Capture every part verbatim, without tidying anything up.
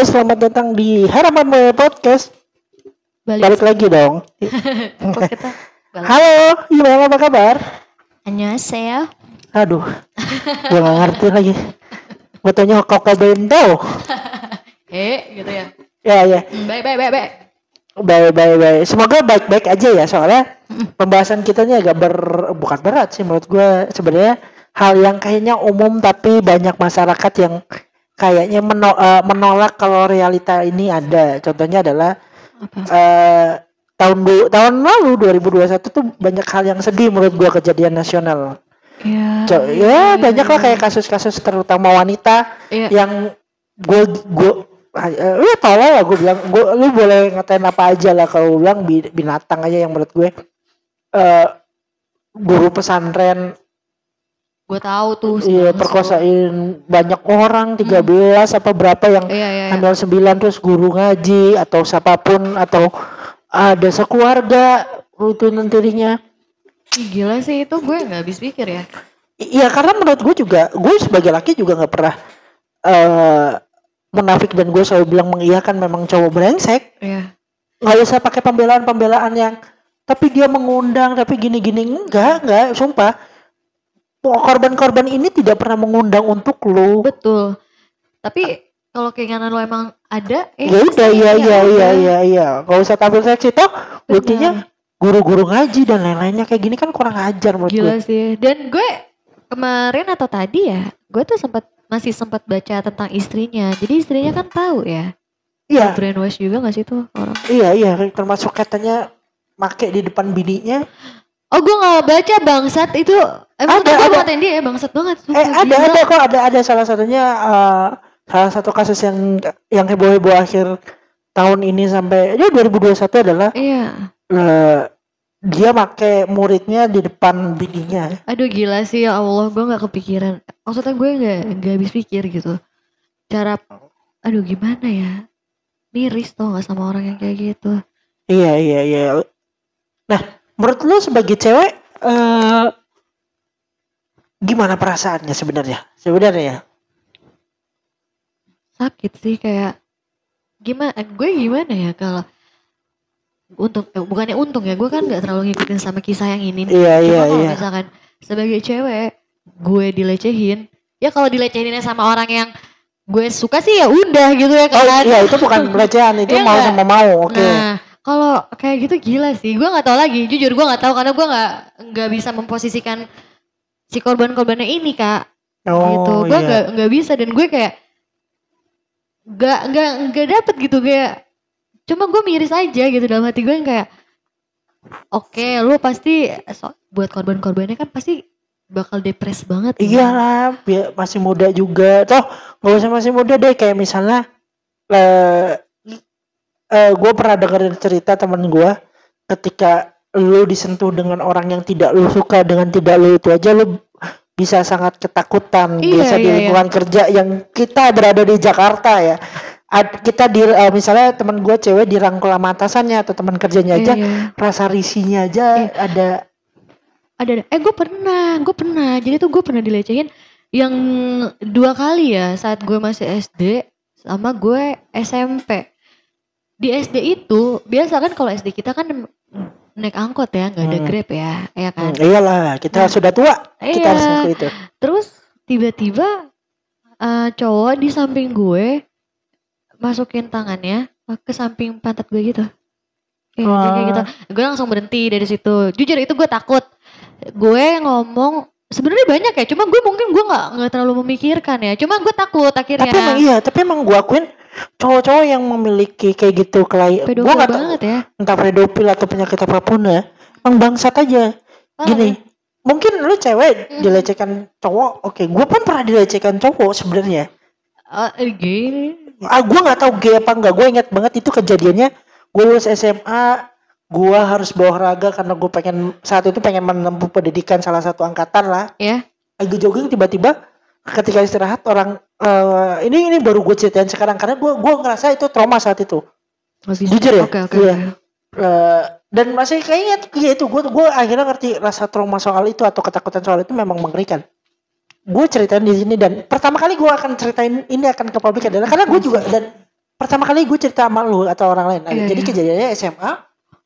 Hai, selamat datang di Harapanmu Podcast. Balik, Balik lagi dong. Kok kita balik? Halo, gimana apa kabar? Annyeonghaseyo. Aduh, gue gak ngerti lagi. Gue tanya kok bento. Eh, gitu ya. Ya ya. Hmm, Baik, baik, baik, baik. Baik baik baik. Semoga baik-baik aja ya, soalnya pembahasan kita ini agak ber bukan berat sih menurut gue, sebenarnya hal yang kayaknya umum tapi banyak masyarakat yang kayaknya meno- uh, menolak kalau realita ini ada. Contohnya adalah Apa? uh, tahun du- tahun lalu dua ribu dua puluh satu tuh banyak hal yang sedih menurut gue, kejadian nasional. Ya. Co- ya banyak lah kayak kasus-kasus terutama wanita Iya. yang gue gue uh, lu tau lah gue bilang, gue lu boleh ngatain apa aja lah, kalau lu bilang bi- binatang aja yang menurut gue uh, guru pesantren Gue tahu tuh. iya sekarang perkosain banyak orang tiga belas apa berapa yang Iya, iya, iya. hamil sembilan, terus guru ngaji atau siapapun atau ada sekeluarga itu nantinya. Ih, gila sih itu, gue nggak habis pikir ya. I- Iya, karena menurut gue juga, gue sebagai laki juga nggak pernah uh, munafik, dan gue selalu bilang mengiyakan memang cowok brengsek. Iya. Nggak usah pakai pembelaan-pembelaan yang tapi dia mengundang tapi gini-gini, enggak enggak sumpah, korban-korban ini tidak pernah mengundang untuk lu. Betul. Tapi kalau keinginan lo emang ada, eh, Ya udah, iya iya iya udah. iya iya, nggak usah tampil seksi toh. Buktinya guru-guru ngaji dan lain-lainnya kayak gini kan kurang ajar menurut gue. Gila sih. Dan gue kemarin atau tadi ya, gue tuh sempat masih sempat baca tentang istrinya. Jadi istrinya kan tahu ya. Iya Brainwash juga gak sih tuh orang? iya iya, termasuk katanya make di depan bininya. Oh, gue gak baca bangsat itu. Emang Ada, gue ada. ngatain dia ya bangsat banget. Eh Sumpah, ada gila. ada kok, ada ada salah satunya uh, salah satu kasus yang yang heboh-heboh akhir tahun ini sampai ya dua ribu dua puluh satu adalah Iya. uh, dia make muridnya di depan bininya. Aduh gila sih, ya Allah, gue gak kepikiran. Maksudnya gue gak, gak habis pikir gitu. Cara, aduh gimana ya. Miris tau gak sama orang yang kayak gitu. Iya iya iya. Nah, menurut lu sebagai cewek uh, gimana perasaannya sebenarnya? Sebenarnya Sakit sih kayak, gimana, gue gimana ya kalau untung, eh, bukannya untung ya, gue kan gak terlalu ngikutin sama kisah yang ini. Iya, Cuma iya, kalau iya. misalkan sebagai cewek, gue dilecehin, ya kalau dilecehinnya sama orang yang gue suka sih ya udah gitu ya kan. Oh iya, itu bukan pelecehan, itu Iya mau nggak? sama mau. Oke. Nah, kalau kayak gitu gila sih. Gue nggak tahu lagi. Jujur gue nggak tahu karena gue nggak nggak bisa memposisikan si korban-korbannya ini kak. Oh Gitu. Gue iya. nggak nggak bisa dan gue kayak nggak nggak nggak dapet gitu kayak. Cuma gue miris aja gitu dalam hati gue yang kayak, oke, lu pasti so, buat korban-korbannya kan pasti bakal depres banget. Iya lah, biar masih muda juga. Toh nggak usah masih muda deh, kayak misalnya eh uh, gue pernah dengerin cerita temen gue, ketika lu disentuh dengan orang yang tidak lu suka, dengan tidak lu itu aja lu bisa sangat ketakutan. Iya, Biasa di iya, lingkungan kerja yang kita berada di Jakarta ya. Ad, kita di uh, misalnya teman gue cewek dirangkul sama atasannya atau teman kerjanya aja, Iya, iya. rasa risihnya aja Iya. ada. Ada, eh gue pernah, gue pernah. Jadi tuh gue pernah dilecehin yang dua kali ya saat gue masih S D sama gue S M P. Di S D itu biasa kan kalau S D kita kan naik angkot ya, nggak ada Hmm. Grab ya, ya kan. Hmm, iyalah, kita Nah, sudah tua, kita iya. harus ngaku itu. Terus tiba-tiba uh, cowok di samping gue masukin tangannya ke samping pantat gue gitu. Kayak, Wah. kayak gitu. Gue langsung berhenti dari situ. Jujur itu gue takut. Gue ngomong sebenarnya banyak ya, cuma gue mungkin gue nggak nggak terlalu memikirkan ya. Cuma gue takut akhirnya. Tapi emang iya, tapi emang gue akuin cowok-cowok yang memiliki kayak gitu kelai, gue Pedofil nggak tahu banget ya. entah pedofil atau penyakit apapun ya, emang bangsat aja. Parah. Gini, mungkin lu cewek Hmm. dilecehkan cowok, oke, gue pun pernah dilecehkan cowok sebenarnya. Uh, gini. Ah, gue nggak tahu gay apa enggak, gue ingat banget itu kejadiannya. Gue lulus S M A, gue harus berolahraga karena gue pengen saat itu pengen menempuh pendidikan salah satu angkatan lah. Ya. Lagi jogging tiba-tiba ketika istirahat orang uh, ini ini baru gue ceritain sekarang karena gue gue ngerasa itu trauma saat itu. Jujur ya. Oke oke. Iya. Uh, dan masih kayaknya ya itu gue gue akhirnya ngerti rasa trauma soal itu atau ketakutan soal itu memang mengerikan. Gue ceritain di sini dan pertama kali gue akan ceritain ini akan ke publik adalah karena gue juga dan pertama kali gue cerita sama lu atau orang lain. Nah, Iya, jadi iya. kejadiannya S M A.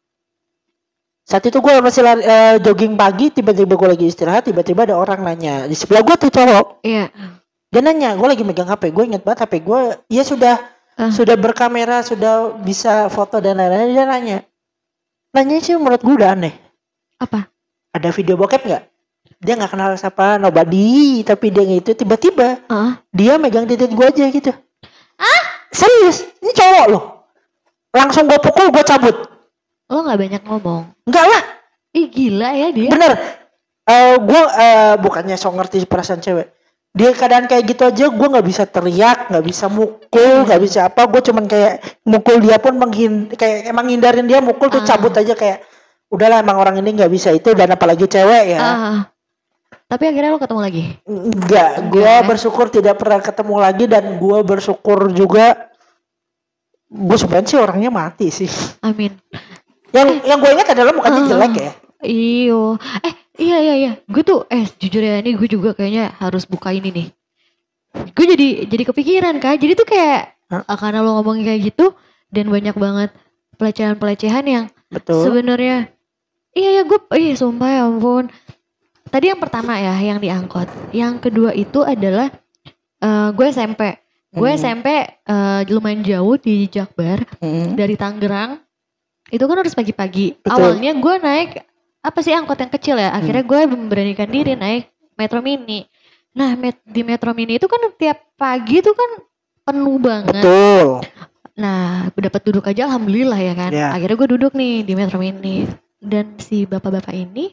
Saat itu gue masih lari, eh, jogging pagi, tiba-tiba gue lagi istirahat, tiba-tiba ada orang nanya di sebelah gue tuh cowok. Iya. Dia nanya, gue lagi megang H P, gue inget banget H P gue, ya sudah Ah. sudah berkamera, sudah bisa foto dan lain-lain. Dia nanya, nanya sih menurut gue udah aneh. Apa? Ada video bokep nggak? Dia nggak kenal siapa, nobody, tapi dia gitu tiba-tiba Ah. dia megang titik gue aja gitu. Ah? Serius, ini cowok loh. Langsung gue pukul, gue cabut. Lo nggak banyak ngomong. Enggak lah, Ih gila ya dia. bener. Eh gue eh, bukannya so ngerti perasaan cewek. Dia keadaan kayak gitu aja gue nggak bisa teriak, nggak bisa mukul, nggak bisa apa. Gue cuman kayak mukul dia pun menghind kayak emang hindarin dia mukul tuh, Ah. cabut aja kayak udahlah emang orang ini nggak bisa itu, dan apalagi cewek ya. Ah. Tapi akhirnya lo ketemu lagi. Enggak, gue Enggak. bersyukur tidak pernah ketemu lagi, dan gue bersyukur juga gue sebenarnya sih orangnya mati sih. Amin. Yang yang gue ingat adalah mukanya Ah. jelek ya. Iyo. Eh iya iya iya. Gue tuh eh jujur ya ini gue juga kayaknya harus buka ini nih. Gue jadi jadi kepikiran kan. Jadi tuh kayak Hah? karena lo ngomongin kayak gitu dan banyak banget pelecehan-pelecehan yang Betul. sebenarnya iya ya gue iya sumpah ya ampun. Tadi yang pertama ya yang diangkot. Yang kedua itu adalah eh, gue S M P. Gue Hmm. S M P eh, lumayan jauh di Jakbar Hmm. dari Tangerang. Itu kan harus pagi-pagi. Betul. Awalnya gue naik apa sih angkot yang kecil ya. Akhirnya gue memberanikan diri naik Metro Mini. Nah met- di Metro Mini itu kan tiap pagi itu kan penuh banget. Betul. Nah dapat duduk aja alhamdulillah ya kan. Ya. Akhirnya gue duduk nih di Metro Mini. Dan si bapak-bapak ini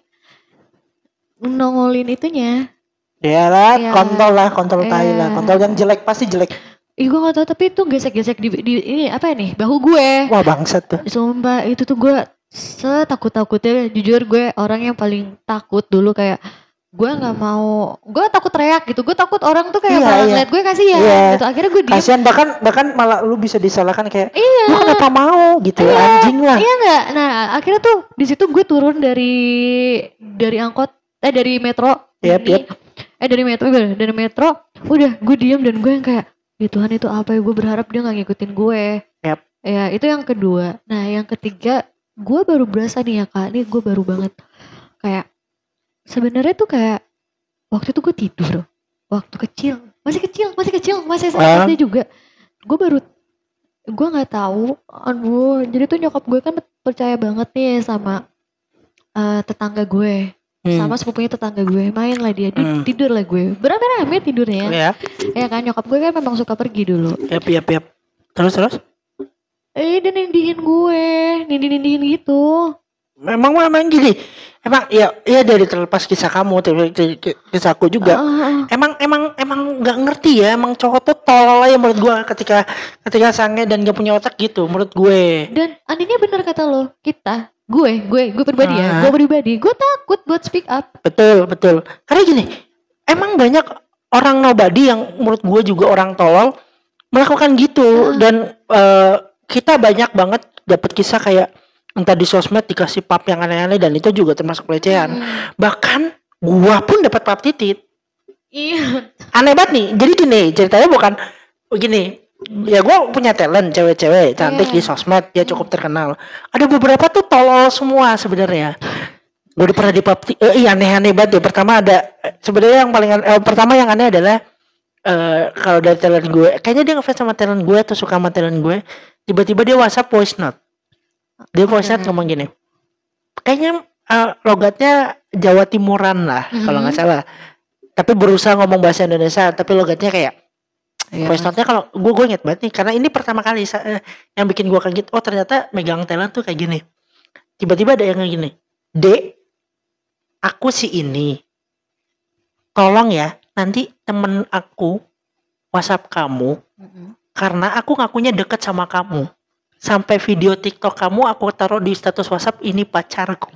nongolin itunya. Ya lah, Ya. kontol lah, kontol Ya. tai lah, kontol yang jelek pasti jelek. Ih gue gak tahu tapi itu gesek-gesek di, di ini apa nih bahu gue. Wah bangsat tuh. Sumpah itu tuh gue setakut-takutnya, jujur gue orang yang paling takut dulu, kayak gue nggak mau, gue takut teriak gitu, gue takut orang tuh kayak Iya, malah iya. ngeliat gue kasihan Iya. gitu, akhirnya gue diem. Kasian, bahkan bahkan malah lu bisa disalahkan kayak Iya. lu kenapa mau gitu, Iya. anjing lah. Iya nggak? Nah akhirnya tuh di situ gue turun dari dari angkot eh dari metro Yep, ini. yep. eh dari metro dari metro udah gue diem dan gue yang kayak ya Tuhan itu apa ya, gue berharap dia nggak ngikutin gue. Yep. Ya itu yang kedua. Nah yang ketiga gue baru berasa nih ya kak, ini gue baru banget kayak sebenarnya tuh kayak waktu itu gue tidur waktu kecil, masih kecil masih kecil masih S Ah. D juga. Gue baru gue nggak tahu, aduh, jadi tuh nyokap gue kan percaya banget nih sama eh, tetangga gue, Hmm. sama sepupunya tetangga gue, main lah dia, Di- Hmm. tidur lah gue, beramai-ramai tidurnya, Ya, ya kan nyokap gue kan memang suka pergi dulu, yap yap yap. Terus terus. eh dia nindihin gue, nindih-nindihin gitu. Memang memang gini. Emang ya ya dari terlepas kisah kamu, ter- ter- ter- kisahku juga. Ah, Emang emang emang nggak ngerti ya, emang cowok tuh tolol aja menurut gua ketika ketika sange dan gak punya otak gitu menurut gue. dan anehnya bener kata lo, kita, gue, gue, gue pribadi ya, Ah. gue pribadi, gue takut buat speak up. Betul betul. Karena gini, emang banyak orang nobody yang menurut gue juga orang tolol melakukan gitu. Ah. Dan eh, kita banyak banget dapat kisah kayak entah di sosmed dikasih pap yang aneh-aneh, dan itu juga termasuk pelecehan. Hmm. Bahkan gua pun dapat pap titit. Iya. Aneh banget nih. Jadi gini, ceritanya bukan begini. Ya gua punya talent cewek-cewek cantik Iya. di sosmed, dia cukup terkenal. Ada beberapa tuh tolol semua sebenarnya. Gue udah pernah di pap ti- eh, iya aneh-aneh banget ya. Pertama ada eh, sebenarnya yang paling an- eh, pertama yang aneh adalah eh kalau dari talent gue, kayaknya dia ngefans sama talent gue atau suka sama talent gue. Tiba-tiba dia WhatsApp voice note. Dia voice note Oke. ngomong gini. Kayaknya eh, logatnya Jawa Timuran lah kalau nggak Mhm. salah. Tapi berusaha ngomong bahasa Indonesia, tapi logatnya kayak Iya. voice note-nya kalau gue gue inget banget nih, karena ini pertama kali sa- eh, yang bikin gue kaget. Oh ternyata megang talent tuh kayak gini. Tiba-tiba ada yang kayak gini. Dek, aku si ini. Tolong ya, nanti temen aku WhatsApp kamu, Mhm. karena aku ngakunya deket sama kamu. Sampai video TikTok kamu aku taruh di status WhatsApp, ini pacarku.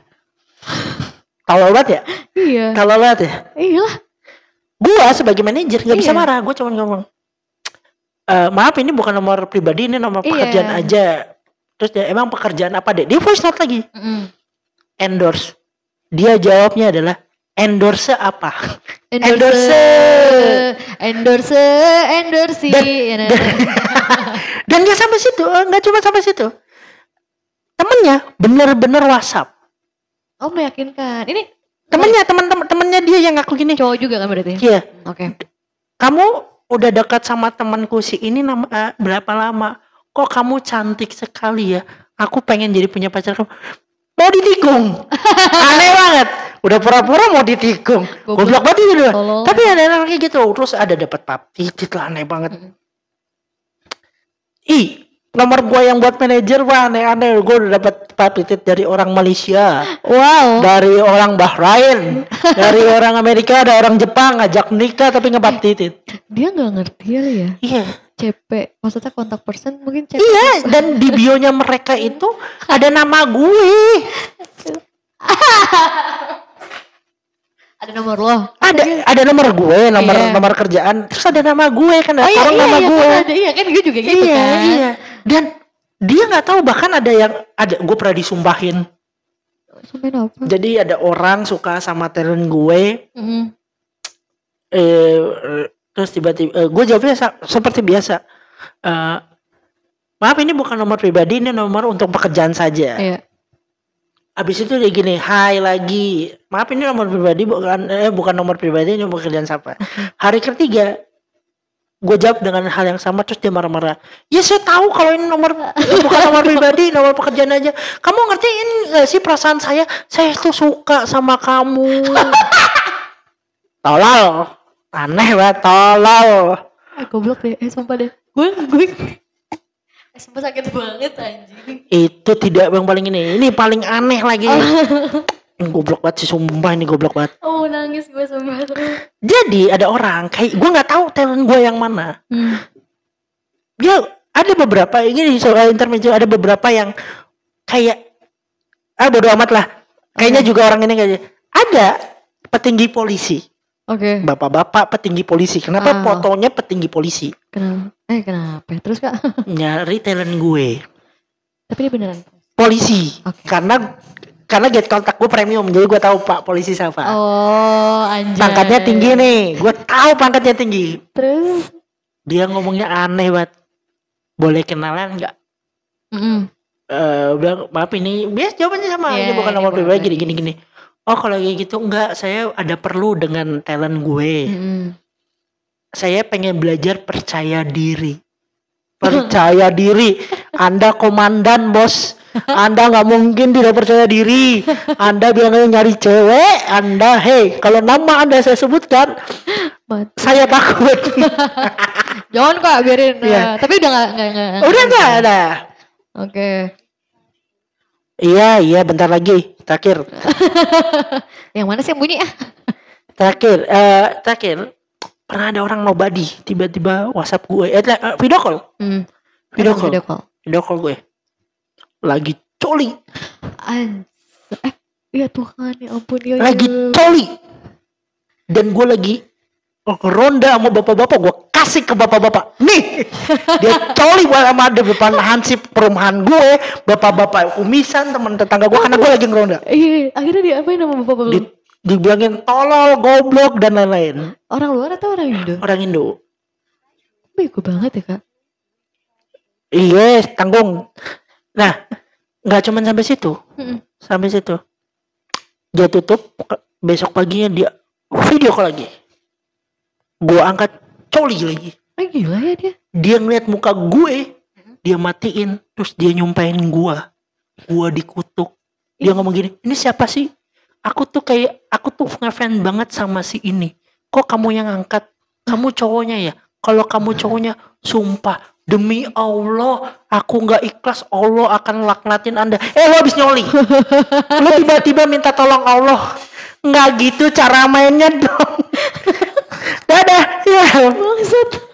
Kalau banget ya? Iya. Kalau banget ya? Iya lah. Gua sebagai manajer nggak bisa Iya. marah. Gue cuma ngomong, "Eh, maaf ini bukan nomor pribadi, ini nomor Iya. pekerjaan aja." Terus dia, emang pekerjaan apa deh? Dia voice note lagi. Mm-mm. Endorse. Dia jawabnya adalah endorse apa? Endorse, endorse, endorse. Dan, Ya, nah, dan, nah. dan gak sampai situ, eh, nggak cuma sampai situ. Temennya bener-bener WhatsApp. Oh, meyakinkan. Ini Temennya, teman-teman temennya dia yang ngaku gini. cowok juga kan berarti? Iya. Oke. Kamu udah dekat sama temanku si ini nama, eh, berapa lama? Kok kamu cantik sekali ya? Aku pengen jadi punya pacar kamu. Mau ditikung. Aneh banget. Udah pura-pura mau ditikung. Goblok banget itu dia. Tolol. Tapi ada yang kayak gitu. Terus ada dapat pap titit lah, aneh banget. Ih, nomor gua yang buat manajer wah aneh-aneh. Gua udah dapat pap titit dari orang Malaysia. Wow. Dari orang Bahrain, dari orang Amerika, ada orang Jepang ngajak nikah tapi ngebap titit. Dia nggak ngerti kali ya. Iya. C P, maksudnya kontak person mungkin C P. Iya, dan di bionya mereka itu ada nama gue. Ada nomor lo. Ada ada nomor gue, nomor Iya. nomor kerjaan. Terus ada nama gue kan, ada Oh iya, orang iya, nama iya, gue. kan ada, iya kan gue juga gitu Iya, kan. iya. Dan dia nggak tahu bahkan ada yang ada gue pernah disumpahin. Sampai apa? Jadi ada orang suka sama talent gue. Mm-mm. Eh, terus tiba-tiba eh, gue jawabnya sa- seperti biasa. Eh, maaf ini bukan nomor pribadi, ini nomor untuk pekerjaan saja. Iya. Abis itu dia gini, hai lagi. Maaf ini nomor pribadi bukan eh bukan nomor pribadi, ini pekerjaan siapa. Hari ketiga gue jawab dengan hal yang sama, terus dia marah-marah. Ya saya tahu kalau ini nomor eh, bukan nomor pribadi, nomor pekerjaan aja. Kamu ngertiin gak sih perasaan saya? Saya tuh suka sama kamu. Tolol. Aneh banget, tolol. Eh, goblok deh, eh sumpah deh. Gue, gue. Eh sumpah sakit banget anjing. Itu tidak yang paling ini. Ini paling aneh lagi. Ini goblok banget sih, sumpah ini goblok banget. Oh nangis gue sumpah terus. Jadi ada orang kayak gue nggak tahu talent gue yang mana. Hmm. Dia ada beberapa ini soal intermezzo, ada beberapa yang kayak ah bodo amat lah. Kayaknya Oke. juga orang ini kayaknya ada petinggi polisi, Oke. bapak-bapak petinggi polisi. Kenapa Ah. fotonya petinggi polisi? Kenapa? Eh kenapa? Terus kak? Nyari talent gue Tapi dia beneran. polisi. Oke. Karena karena get kontak gue premium, jadi gue tahu pak polisi siapa. Oh anjay. Pangkatnya tinggi nih, gue tahu pangkatnya tinggi. Terus? Dia ngomongnya aneh banget. Boleh kenalan nggak? Mm-mm. Eh bilang maaf ini bias jawabannya sama Iya, ini bukan ini nomor bukan pribadi gini pribadi. gini gini. Oh kalau kayak gitu enggak, saya ada perlu dengan talent gue. Mm-mm. Saya pengen belajar percaya diri. Percaya diri. Anda komandan bos. Anda nggak mungkin tidak percaya diri. Anda bilangnya nyari cewek. Anda hey kalau nama Anda saya sebutkan Mati. saya takut. Jangan kak biarin. Iya. Nah, tapi udah nggak nggak nggak. Udah nggak ada. Oke. Iya iya bentar lagi terakhir. Yang mana sih yang bunyi ah? Terakhir, eh terakhir pernah ada orang nobody tiba-tiba WhatsApp gue, eh, eh, video call, Hmm. video Emang call, Video call. video call gue, lagi coli, Anjir. Eh, ya Tuhan ya ampun ya. lagi ya. coli, dan gue lagi ronda sama bapak-bapak, gue kasih ke bapak-bapak, nih, dia coli sama di depan hansip perumahan gue, bapak-bapak kumisan teman tetangga gue karena gue lagi ngeronda, Iya, akhirnya diapain sama bapak lu? di, dibilangin tolol, goblok dan lain-lain, Orang luar atau orang Indo? orang Indo. Bego banget ya kak. Iya, tanggung. Nah, nggak cuman sampai situ, Mm-mm. sampai situ. Dia tutup, ke- besok paginya dia video call lagi. Gua angkat, coli lagi. Eh gila ya dia. Dia ngeliat muka gue, dia matiin, terus dia nyumpahin gua. Gua dikutuk. Dia ngomong gini, ini siapa sih? Aku tuh kayak, aku tuh ngefans banget sama si ini. Kok kamu yang angkat? Kamu cowoknya ya? Kalau kamu cowoknya, sumpah demi Allah, aku nggak ikhlas. Allah akan laknatin Anda. Eh lo habis nyoli, lo tiba-tiba minta tolong Allah. Nggak gitu cara mainnya dong. Dadah. Ya. Maksud